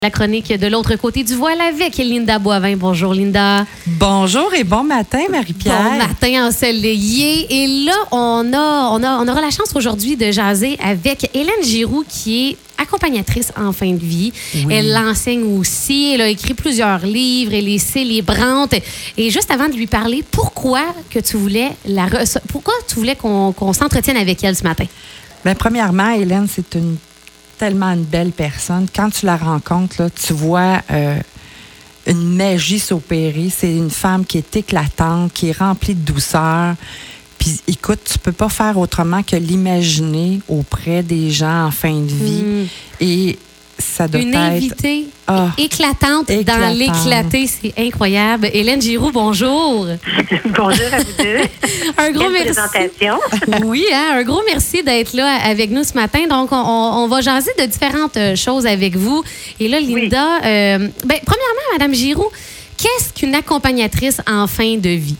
La chronique de l'autre côté du voile avec Linda Boivin. Bonjour, Linda. Bonjour et bon matin, Marie-Pierre. Bon matin ensoleillé. Et là, on aura la chance aujourd'hui de jaser avec Hélène Giroux, qui est accompagnatrice en fin de vie. Oui. Elle l'enseigne aussi. Elle a écrit plusieurs livres. Elle est célébrante. Et juste avant de lui parler, pourquoi tu voulais qu'on s'entretienne avec elle ce matin? Bien, premièrement, Hélène, c'est tellement une belle personne. Quand tu la rencontres, là, tu vois une magie s'opérer. C'est une femme qui est éclatante, qui est remplie de douceur. Puis, écoute, tu peux pas faire autrement que l'imaginer auprès des gens en fin de vie. Et ça doit une être... invitée éclatante dans l'éclaté. C'est incroyable. Hélène Giroux, bonjour. Bonjour à vous deux. Un gros merci. Présentation. Oui, un gros merci d'être là avec nous ce matin. Donc, on va jaser de différentes choses avec vous. Et là, Linda, premièrement, Madame Giroux, qu'est-ce qu'une accompagnatrice en fin de vie?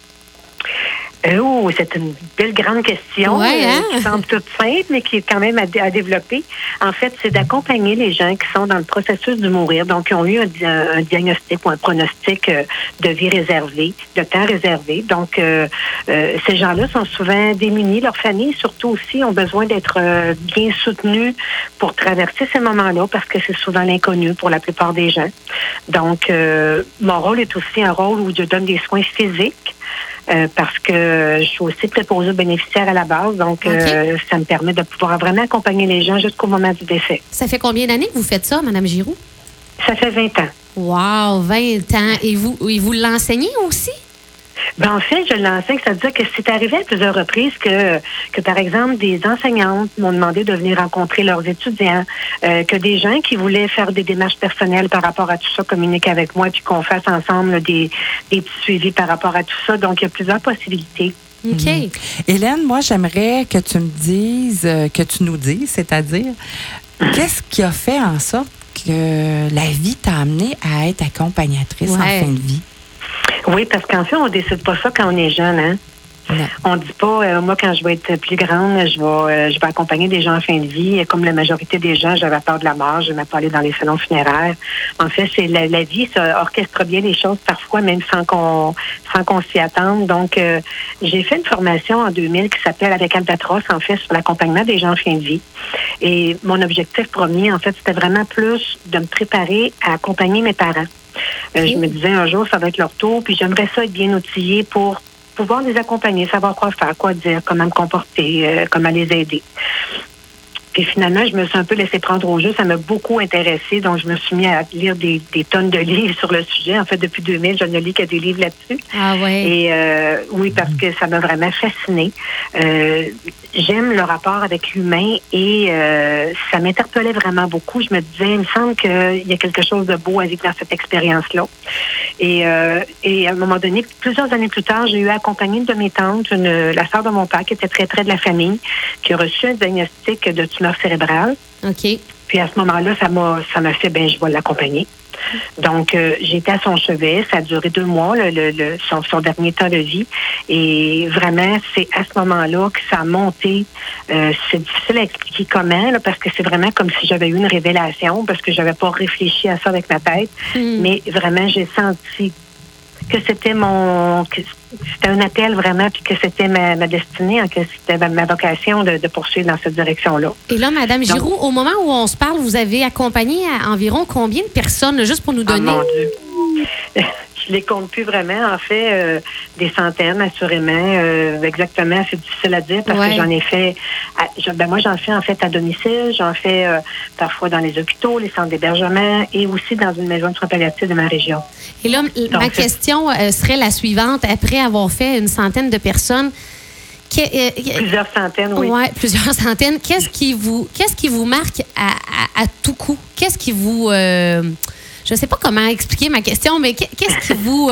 C'est une belle grande question qui semble toute simple, mais qui est quand même à développer. En fait, c'est d'accompagner les gens qui sont dans le processus de mourir, donc qui ont eu un diagnostic ou un pronostic de vie réservé, de temps réservé. Donc, ces gens-là sont souvent démunis. Leurs familles, surtout aussi, ont besoin d'être bien soutenus pour traverser ces moments-là, parce que c'est souvent l'inconnu pour la plupart des gens. Donc, mon rôle est aussi un rôle où je donne des soins physiques. Parce que je suis aussi préposée aux bénéficiaires à la base. Donc, ça me permet de pouvoir vraiment accompagner les gens jusqu'au moment du décès. Ça fait combien d'années que vous faites ça, Mme Giroux? Ça fait 20 ans. Wow, 20 ans. Et vous l'enseignez aussi? En fait, je l'enseigne. C'est-à-dire que c'est arrivé à plusieurs reprises que par exemple, des enseignantes m'ont demandé de venir rencontrer leurs étudiants, que des gens qui voulaient faire des démarches personnelles par rapport à tout ça communiquent avec moi, puis qu'on fasse ensemble des petits suivis par rapport à tout ça. Donc, il y a plusieurs possibilités. OK. Hélène, moi, j'aimerais que tu me dises, que tu nous dises, c'est-à-dire, qu'est-ce qui a fait en sorte que la vie t'a amené à être accompagnatrice en fin de vie? Oui, parce qu'en fait, on décide pas ça quand on est jeune, hein? Non. On dit pas, moi, quand je vais être plus grande, je vais accompagner des gens en fin de vie. Comme la majorité des gens, j'avais peur de la mort, je n'aimais pas aller dans les salons funéraires. En fait, c'est la vie, ça orchestre bien les choses parfois, même sans qu'on s'y attende. Donc, j'ai fait une formation en 2000 qui s'appelle Avec Albatros, en fait, sur l'accompagnement des gens en fin de vie. Et mon objectif premier, en fait, c'était vraiment plus de me préparer à accompagner mes parents. Je me disais un jour, ça va être leur tour, puis j'aimerais ça être bien outillée pour pouvoir les accompagner, savoir quoi faire, quoi dire, comment me comporter, comment les aider. Puis finalement, je me suis un peu laissée prendre au jeu. Ça m'a beaucoup intéressée. Donc, je me suis mis à lire des tonnes de livres sur le sujet. En fait, depuis 2000, je ne lis que des livres là-dessus. Ah oui? Et oui, parce que ça m'a vraiment fascinée. J'aime le rapport avec l'humain et ça m'interpellait vraiment beaucoup. Je me disais, il me semble qu'il y a quelque chose de beau à vivre dans cette expérience-là. Et à un moment donné, plusieurs années plus tard, j'ai eu accompagné une de mes tantes, la sœur de mon père, qui était très près de la famille, qui a reçu un diagnostic de tumeur cérébrale. OK. Puis à ce moment-là, ça m'a fait, je vais l'accompagner. Donc, j'étais à son chevet. Ça a duré 2 mois, son dernier temps de vie. Et vraiment, c'est à ce moment-là que ça a monté. C'est difficile à expliquer comment, là, parce que c'est vraiment comme si j'avais eu une révélation, parce que j'avais pas réfléchi à ça avec ma tête. Mais vraiment, j'ai senti que c'était c'était un appel vraiment, puis que c'était ma destinée, que c'était ma vocation de poursuivre dans cette direction-là. Et là, Mme Giroux, au moment où on se parle, vous avez accompagné environ combien de personnes, là, juste pour nous donner? Oh mon Dieu! Je les compte plus vraiment. En fait, des centaines, assurément. Exactement, c'est difficile à dire parce que j'en ai fait... moi, j'en fais en fait à domicile. J'en fais parfois dans les hôpitaux, les centres d'hébergement et aussi dans une maison de soins palliatifs de ma région. Et là, ma question serait la suivante. Après avoir fait une centaine de personnes... plusieurs centaines, oui. Oui, plusieurs centaines. Qu'est-ce qui vous marque à tout coup? Qu'est-ce qui vous... je ne sais pas comment expliquer ma question, mais qu'est-ce qui vous...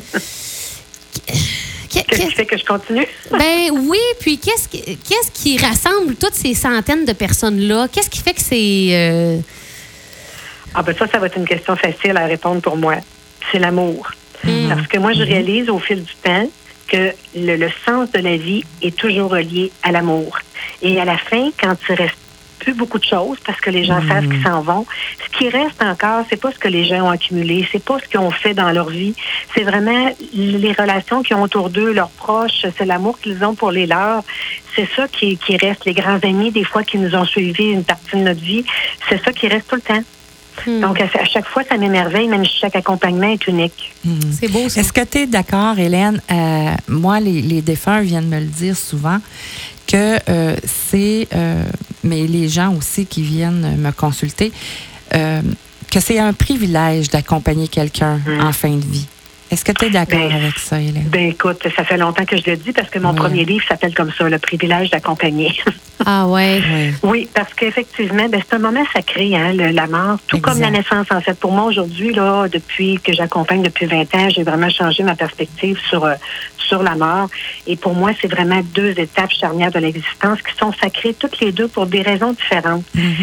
Qu'est-ce qui fait que je continue? Ben oui, puis qu'est-ce qui rassemble toutes ces centaines de personnes-là? Qu'est-ce qui fait que c'est... ça va être une question facile à répondre pour moi. C'est l'amour. Parce que moi, je réalise au fil du temps que le sens de la vie est toujours relié à l'amour. Et à la fin, quand tu restes plus beaucoup de choses parce que les gens savent qu'ils s'en vont. Ce qui reste encore, c'est pas ce que les gens ont accumulé, c'est pas ce qu'ils ont fait dans leur vie. C'est vraiment les relations qu'ils ont autour d'eux, leurs proches, c'est l'amour qu'ils ont pour les leurs. C'est ça qui reste. Les grands amis, des fois, qui nous ont suivis une partie de notre vie, c'est ça qui reste tout le temps. Donc, à chaque fois, ça m'émerveille, même si chaque accompagnement est unique. C'est beau, ça. Est-ce que tu es d'accord, Hélène? Moi, les défunts viennent me le dire souvent, que mais les gens aussi qui viennent me consulter, que c'est un privilège d'accompagner quelqu'un en fin de vie. Est-ce que tu es d'accord avec ça, Hélène? Ben écoute, ça fait longtemps que je le dis parce que mon premier livre s'appelle comme ça, Le privilège d'accompagner. Ah ouais. Oui, parce qu'effectivement, c'est un moment sacré, hein, la mort, tout comme la naissance, en fait. Pour moi, aujourd'hui, là, depuis que j'accompagne depuis 20 ans, j'ai vraiment changé ma perspective sur la mort. Et pour moi, c'est vraiment 2 étapes charnières de l'existence qui sont sacrées toutes les 2 pour des raisons différentes.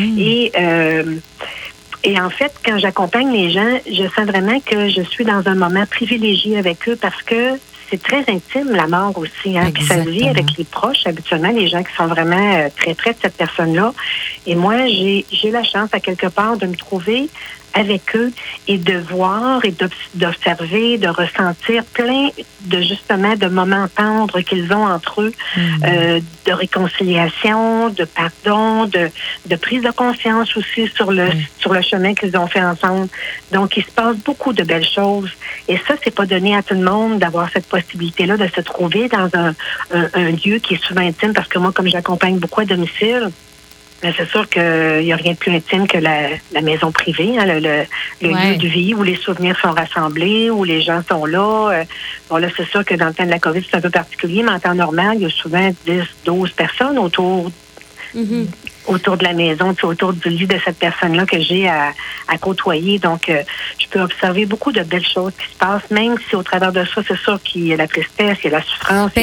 Et en fait, quand j'accompagne les gens, je sens vraiment que je suis dans un moment privilégié avec eux parce que c'est très intime, la mort aussi. Hein? Puis ça se vit avec les proches, habituellement, les gens qui sont vraiment très près de cette personne-là. Et moi, j'ai la chance, à quelque part, de me trouver avec eux et de voir et d'observer, de ressentir plein de, justement, de moments tendres qu'ils ont entre eux, de réconciliation, de pardon, de prise de conscience aussi sur le chemin qu'ils ont fait ensemble. Donc, il se passe beaucoup de belles choses. Et ça, c'est pas donné à tout le monde d'avoir cette possibilité-là de se trouver dans un lieu qui est souvent intime, parce que moi, comme j'accompagne beaucoup à domicile, mais c'est sûr qu'il n'y a rien de plus intime que la maison privée, hein, le lieu de vie où les souvenirs sont rassemblés, où les gens sont là. Bon, là, c'est sûr que dans le temps de la COVID, c'est un peu particulier, mais en temps normal, il y a souvent 10, 12 personnes autour de la maison, autour du lit de cette personne-là que j'ai à côtoyer. Donc, je peux observer beaucoup de belles choses qui se passent, même si au travers de ça, c'est sûr qu'il y a la tristesse, il y a la souffrance.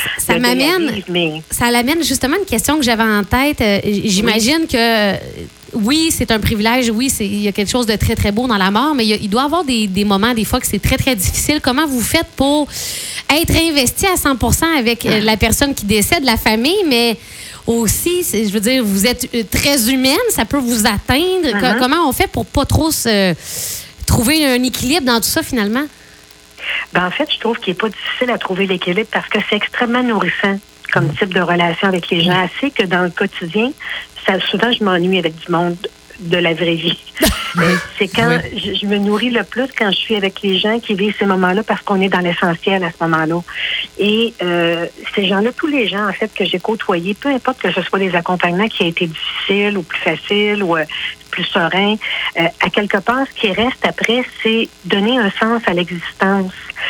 Ça l'amène justement une question que j'avais en tête. J'imagine que oui, c'est un privilège, oui, il y a quelque chose de très, très beau dans la mort, mais il doit y avoir des moments, des fois, que c'est très, très difficile. Comment vous faites pour être investi à 100% avec la personne qui décède, la famille, mais aussi, je veux dire, vous êtes très humaine, ça peut vous atteindre. Comment on fait pour pas trop trouver un équilibre dans tout ça, finalement? En fait, je trouve qu'il n'est pas difficile à trouver l'équilibre parce que c'est extrêmement nourrissant comme type de relation avec les gens. Assez que dans le quotidien, souvent, je m'ennuie avec du monde de la vraie vie. C'est quand je me nourris le plus quand je suis avec les gens qui vivent ces moments-là parce qu'on est dans l'essentiel à ce moment-là. Et ces gens-là, tous les gens, en fait, que j'ai côtoyés, peu importe que ce soit des accompagnements qui aient été difficiles ou plus faciles ou plus sereins, à quelque part, ce qui reste après, c'est donner un sens à l'existence.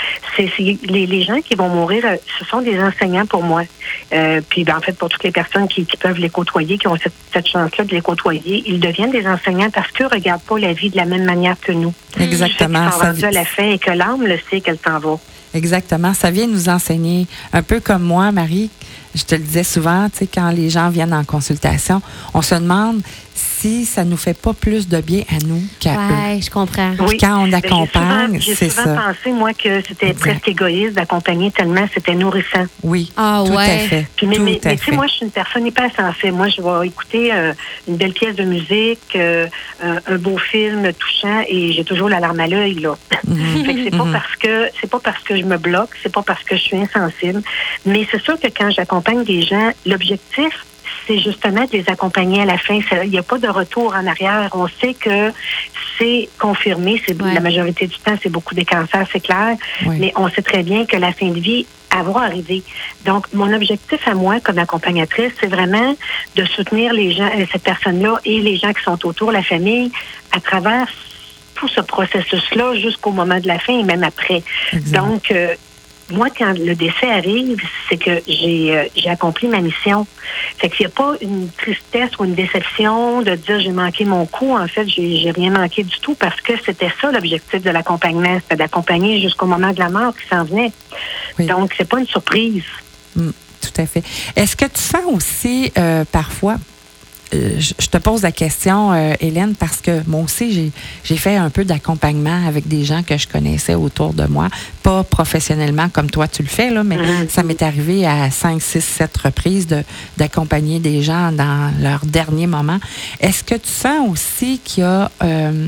Les gens qui vont mourir, ce sont des enseignants pour moi. Puis, en fait, pour toutes les personnes qui peuvent les côtoyer, qui ont cette chance-là de les côtoyer, ils deviennent des enseignants parce qu'eux ne regardent pas la vie de la même manière que nous. Exactement. Ils sont rendus à la fin et que l'âme le sait qu'elle s'en va. Exactement. Ça vient nous enseigner. Un peu comme moi, Marie, je te le disais souvent, tu sais, quand les gens viennent en consultation, on se demande si ça nous fait pas plus de bien à nous qu'à eux. Oui, je comprends. Oui. Quand on accompagne, c'est ça. J'ai souvent pensé, moi, que c'était presque égoïste d'accompagner tellement c'était nourrissant. Oui, tout à fait. Puis, mais tu sais, moi, je suis une personne hyper sensible. Moi, je vais écouter une belle pièce de musique, un beau film touchant et j'ai toujours la larme à l'œil, là. Fait que c'est pas parce que je me bloque, c'est pas parce que je suis insensible, mais c'est sûr que quand j'accompagne des gens, l'objectif, c'est justement de les accompagner à la fin. Il n'y a pas de retour en arrière. On sait que c'est confirmé. La majorité du temps, c'est beaucoup des cancers, c'est clair. Oui. Mais on sait très bien que la fin de vie va arriver. Donc, mon objectif à moi, comme accompagnatrice, c'est vraiment de soutenir les gens, cette personne-là et les gens qui sont autour, la famille, à travers tout ce processus-là jusqu'au moment de la fin et même après. Exact. Donc, moi, quand le décès arrive, c'est que j'ai accompli ma mission. Fait qu'il n'y a pas une tristesse ou une déception de dire j'ai manqué mon coup. En fait, j'ai rien manqué du tout parce que c'était ça l'objectif de l'accompagnement, c'était d'accompagner jusqu'au moment de la mort qui s'en venait. Oui. Donc, c'est pas une surprise. Tout à fait. Est-ce que tu sens aussi parfois je te pose la question, Hélène, parce que moi aussi, j'ai fait un peu d'accompagnement avec des gens que je connaissais autour de moi. Pas professionnellement comme toi, tu le fais, là, mais ça m'est arrivé à 5, 6, 7 reprises d'accompagner des gens dans leur dernier moment. Est-ce que tu sens aussi qu'il y a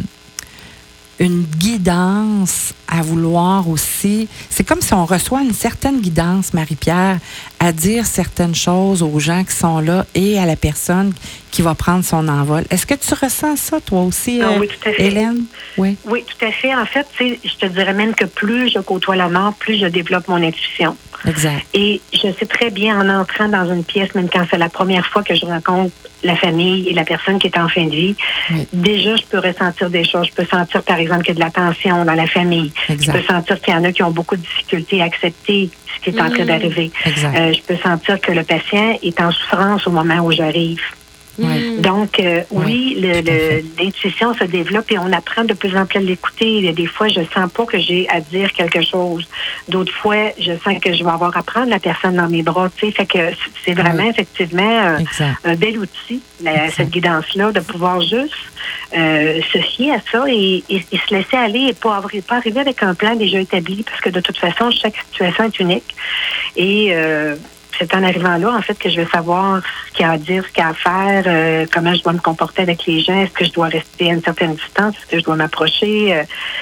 une guidance à vouloir aussi? C'est comme si on reçoit une certaine guidance, Marie-Pierre, à dire certaines choses aux gens qui sont là et à la personne qui va prendre son envol. Est-ce que tu ressens ça, toi aussi, oui, tout à fait. Hélène? Oui, tout à fait. En fait, je te dirais même que plus je côtoie la mort, plus je développe mon intuition. Exact. Et je sais très bien, en entrant dans une pièce, même quand c'est la première fois que je rencontre la famille et la personne qui est en fin de vie, déjà, je peux ressentir des choses. Je peux sentir, par exemple, qu'il y a de la tension dans la famille. Exact. Je peux sentir qu'il y en a qui ont beaucoup de difficultés à accepter ce qui est en train d'arriver. Je peux sentir que le patient est en souffrance au moment où j'arrive. Donc, oui, l'intuition se développe et on apprend de plus en plus à l'écouter. Des fois, je sens pas que j'ai à dire quelque chose. D'autres fois, je sens que je vais avoir à prendre la personne dans mes bras. Tu sais, fait que c'est vraiment, effectivement, un bel outil, cette guidance-là, de pouvoir juste se fier à ça et se laisser aller et pas arriver avec un plan déjà établi, parce que de toute façon, chaque situation est unique. Et c'est en arrivant là, en fait, que je vais savoir ce qu'il y a à dire, ce qu'il y a à faire, comment je dois me comporter avec les gens, est-ce que je dois rester à une certaine distance, est-ce que je dois m'approcher.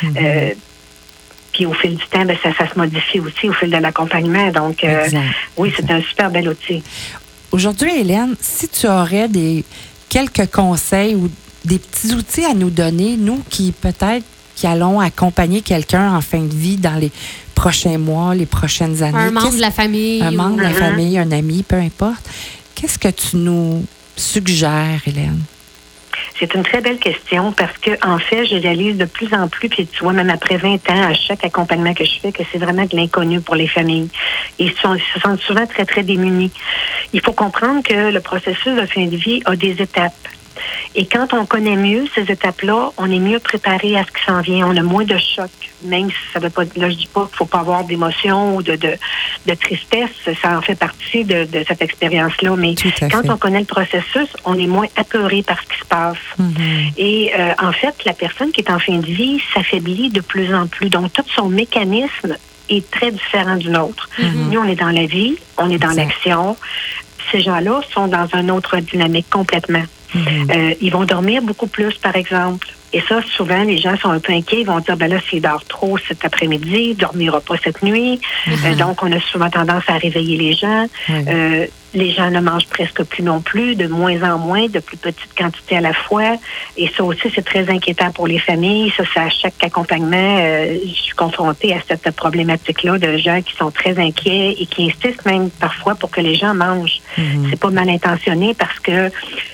Puis au fil du temps, ça se modifie aussi au fil de l'accompagnement. Donc, oui, c'est un super bel outil. Aujourd'hui, Hélène, si tu aurais quelques conseils ou des petits outils à nous donner, nous qui peut-être qui allons accompagner quelqu'un en fin de vie dans les prochains mois, les prochaines années. Un membre de la famille. Un membre de la famille, un ami, peu importe. Qu'est-ce que tu nous suggères, Hélène? C'est une très belle question parce que, en fait, je réalise de plus en plus, puis tu vois, même après 20 ans, à chaque accompagnement que je fais, que c'est vraiment de l'inconnu pour les familles. Ils se sentent souvent très, très démunis. Il faut comprendre que le processus de fin de vie a des étapes. Et quand on connaît mieux ces étapes-là, on est mieux préparé à ce qui s'en vient. On a moins de choc, même si ça veut pas. Là, je dis pas qu'il faut pas avoir d'émotion ou de tristesse. Ça en fait partie de cette expérience-là. Mais quand on connaît le processus, on est moins apeuré par ce qui se passe. Et en fait, la personne qui est en fin de vie s'affaiblit de plus en plus. Donc, tout son mécanisme est très différent du nôtre. Nous, on est dans la vie, on est dans l'action. Ces gens-là sont dans une autre dynamique complètement. Ils vont dormir beaucoup plus, par exemple. Et ça, souvent, les gens sont un peu inquiets. Ils vont dire, ben là, s'il dort trop cet après-midi, il ne dormira pas cette nuit. Donc, on a souvent tendance à réveiller les gens. Les gens ne mangent presque plus non plus, de moins en moins, de plus petites quantités à la fois. Et ça aussi, c'est très inquiétant pour les familles. Ça, à chaque accompagnement, je suis confrontée à cette problématique-là de gens qui sont très inquiets et qui insistent même parfois pour que les gens mangent. C'est pas mal intentionné parce que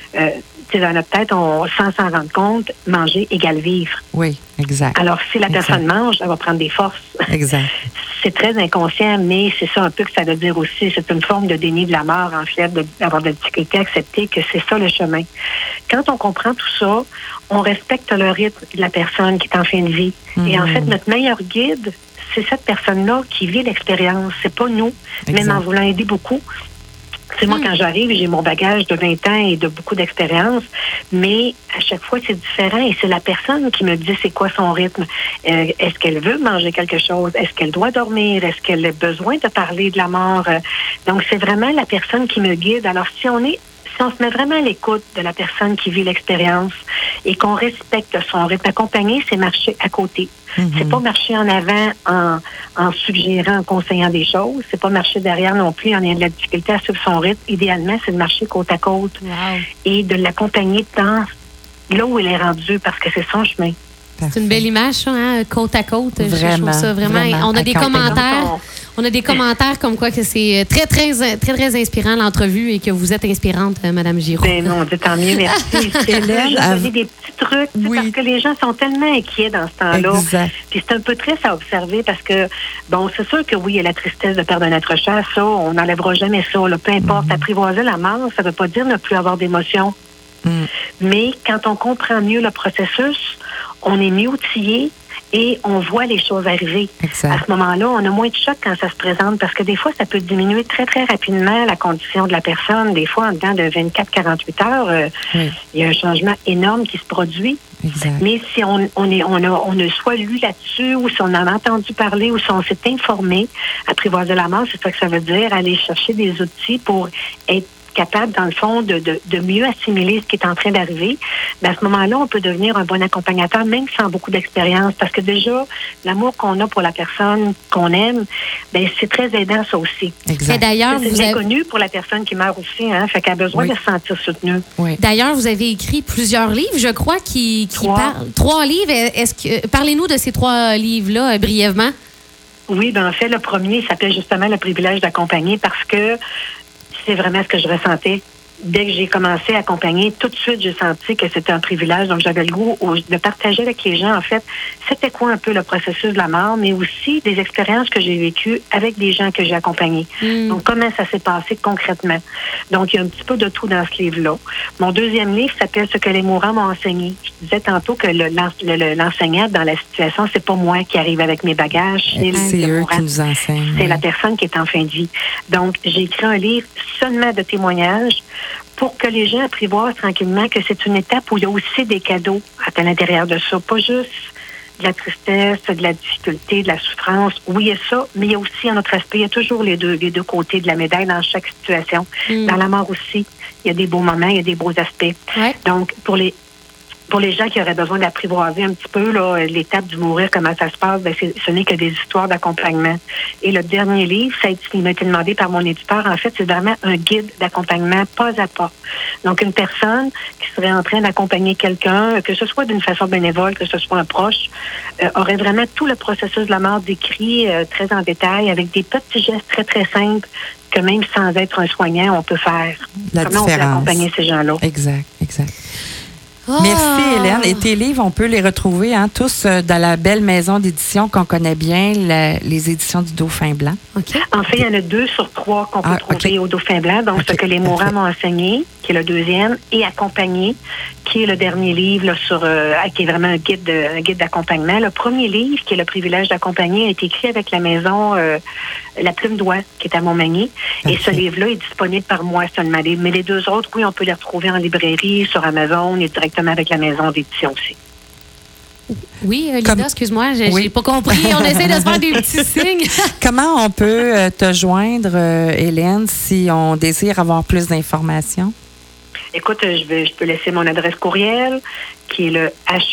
dans notre tête, sans s'en rendre compte, manger égale vivre. Oui, exact. Alors, si la personne mange, elle va prendre des forces. Exact. C'est très inconscient, mais c'est ça un peu que ça veut dire aussi. C'est une forme de déni de la mort, en fait, d'avoir de la difficulté à accepter que c'est ça le chemin. Quand on comprend tout ça, on respecte le rythme de la personne qui est en fin de vie. Et en fait, notre meilleur guide, c'est cette personne-là qui vit l'expérience. C'est pas nous, même en voulant aider beaucoup. C'est moi, quand j'arrive, j'ai mon bagage de 20 ans et de beaucoup d'expérience, mais à chaque fois, c'est différent et c'est la personne qui me dit c'est quoi son rythme. Est-ce qu'elle veut manger quelque chose? Est-ce qu'elle doit dormir? Est-ce qu'elle a besoin de parler de la mort? Donc, c'est vraiment la personne qui me guide. Alors, si on se met vraiment à l'écoute de la personne qui vit l'expérience et qu'on respecte son rythme, accompagner, c'est marcher à côté. C'est pas marcher en avant en suggérant, en conseillant des choses. C'est pas marcher derrière non plus en ayant de la difficulté à suivre son rythme. Idéalement, c'est de marcher côte à côte et de l'accompagner dans là où il est rendu parce que c'est son chemin. C'est une belle image, ça, hein? Côte à côte. Vraiment, je trouve ça vraiment. On a des commentaires. On a des commentaires comme quoi que c'est très, très, très, très inspirant l'entrevue et que vous êtes inspirante, Mme Giroux. Ben non, tant mieux, merci. Hélène, j'ai donné des petits trucs parce que les gens sont tellement inquiets dans ce temps-là. Puis c'est un peu triste à observer parce que, bon, c'est sûr que oui, il y a la tristesse de perdre un être cher, ça, on n'enlèvera jamais ça. Là, peu importe, apprivoiser la mort, ça ne veut pas dire ne plus avoir d'émotion. Mais quand on comprend mieux le processus, on est mieux outillé et on voit les choses arriver. Exact. À ce moment-là, on a moins de choc quand ça se présente parce que des fois, ça peut diminuer très, très rapidement la condition de la personne. Des fois, en dedans de 24-48 heures, il y a un changement énorme qui se produit. Exact. Mais si on a soit lu là-dessus ou si on en a entendu parler ou si on s'est informé, apprivoiser la mort, c'est ça que ça veut dire, aller chercher des outils pour être capable, dans le fond, de mieux assimiler ce qui est en train d'arriver, à ce moment-là, on peut devenir un bon accompagnateur, même sans beaucoup d'expérience, parce que déjà, l'amour qu'on a pour la personne qu'on aime, c'est très aidant, ça aussi. Exact. Et d'ailleurs, c'est inconnu pour la personne qui meurt aussi, fait qu'elle a besoin de se sentir soutenue. Oui. D'ailleurs, vous avez écrit plusieurs livres, je crois, qui parlent. 3 livres. Parlez-nous de ces 3 livres-là, brièvement. Oui, en fait, le premier s'appelle justement Le privilège d'accompagner parce que c'est vraiment ce que je ressentais. Dès que j'ai commencé à accompagner, tout de suite, j'ai senti que c'était un privilège. Donc, j'avais le goût de partager avec les gens, en fait, c'était quoi un peu le processus de la mort, mais aussi des expériences que j'ai vécues avec des gens que j'ai accompagnés. Donc, comment ça s'est passé concrètement. Donc, il y a un petit peu de tout dans ce livre-là. Mon deuxième livre s'appelle Ce que les mourants m'ont enseigné. Je disais tantôt que l'enseignant dans la situation, c'est pas moi qui arrive avec mes bagages. C'est eux qui nous enseignent. C'est la personne qui est en fin de vie. Donc, j'ai écrit un livre seulement de témoignages pour que les gens apprivoisent tranquillement que c'est une étape où il y a aussi des cadeaux à l'intérieur de ça. Pas juste de la tristesse, de la difficulté, de la souffrance. Oui, il y a ça, mais il y a aussi un autre aspect. Il y a toujours les deux côtés de la médaille dans chaque situation. Dans la mort aussi, il y a des beaux moments, il y a des beaux aspects. Ouais. Donc, pour les gens qui auraient besoin d'apprivoiser un petit peu l'étape du mourir, comment ça se passe, ce n'est que des histoires d'accompagnement. Et le dernier livre, il m'a été demandé par mon éditeur, en fait, c'est vraiment un guide d'accompagnement pas à pas. Donc, une personne qui serait en train d'accompagner quelqu'un, que ce soit d'une façon bénévole, que ce soit un proche, aurait vraiment tout le processus de la mort décrit très en détail, avec des petits gestes très, très simples que même sans être un soignant, on peut faire. Comment on peut accompagner ces gens-là. Exact. Merci, Hélène. Et tes livres, on peut les retrouver tous dans la belle maison d'édition qu'on connaît bien, les éditions du Dauphin Blanc. Okay. En fait, il y en a 2 sur 3 qu'on peut trouver au Dauphin Blanc. Donc, Ce que les mourants m'ont enseigné, qui est le deuxième, et Accompagné, qui est le dernier livre qui est vraiment un guide d'accompagnement. Le premier livre, qui est Le privilège d'accompagner, a été écrit avec la maison La Plume d'Oie, qui est à Montmagny. Et ce livre-là est disponible par moi seulement. Mais les 2 autres, oui, on peut les retrouver en librairie, sur Amazon et directement avec la maison d'édition aussi. Oui, Lida, excuse-moi, j'ai pas compris. On essaie de se faire des petits signes. Comment on peut te joindre, Hélène, si on désire avoir plus d'informations? Écoute, je peux laisser mon adresse courriel, qui est le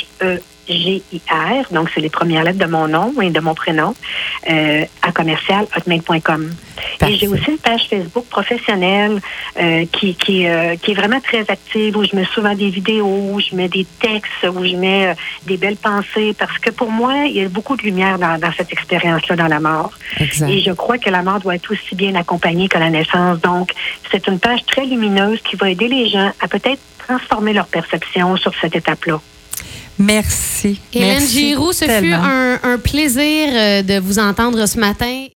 HEGIR, donc c'est les premières lettres de mon nom et de mon prénom, à commercial@hotmail.com. Et j'ai aussi une page Facebook professionnelle qui est vraiment très active, où je mets souvent des vidéos, où je mets des textes, où je mets des belles pensées, parce que pour moi, il y a beaucoup de lumière dans cette expérience-là, dans la mort. Exact. Et je crois que la mort doit être aussi bien accompagnée que la naissance. Donc, c'est une page très lumineuse qui va aider les gens à peut-être transformer leur perception sur cette étape-là. Merci. Hélène Giroux, ce fut un plaisir de vous entendre ce matin.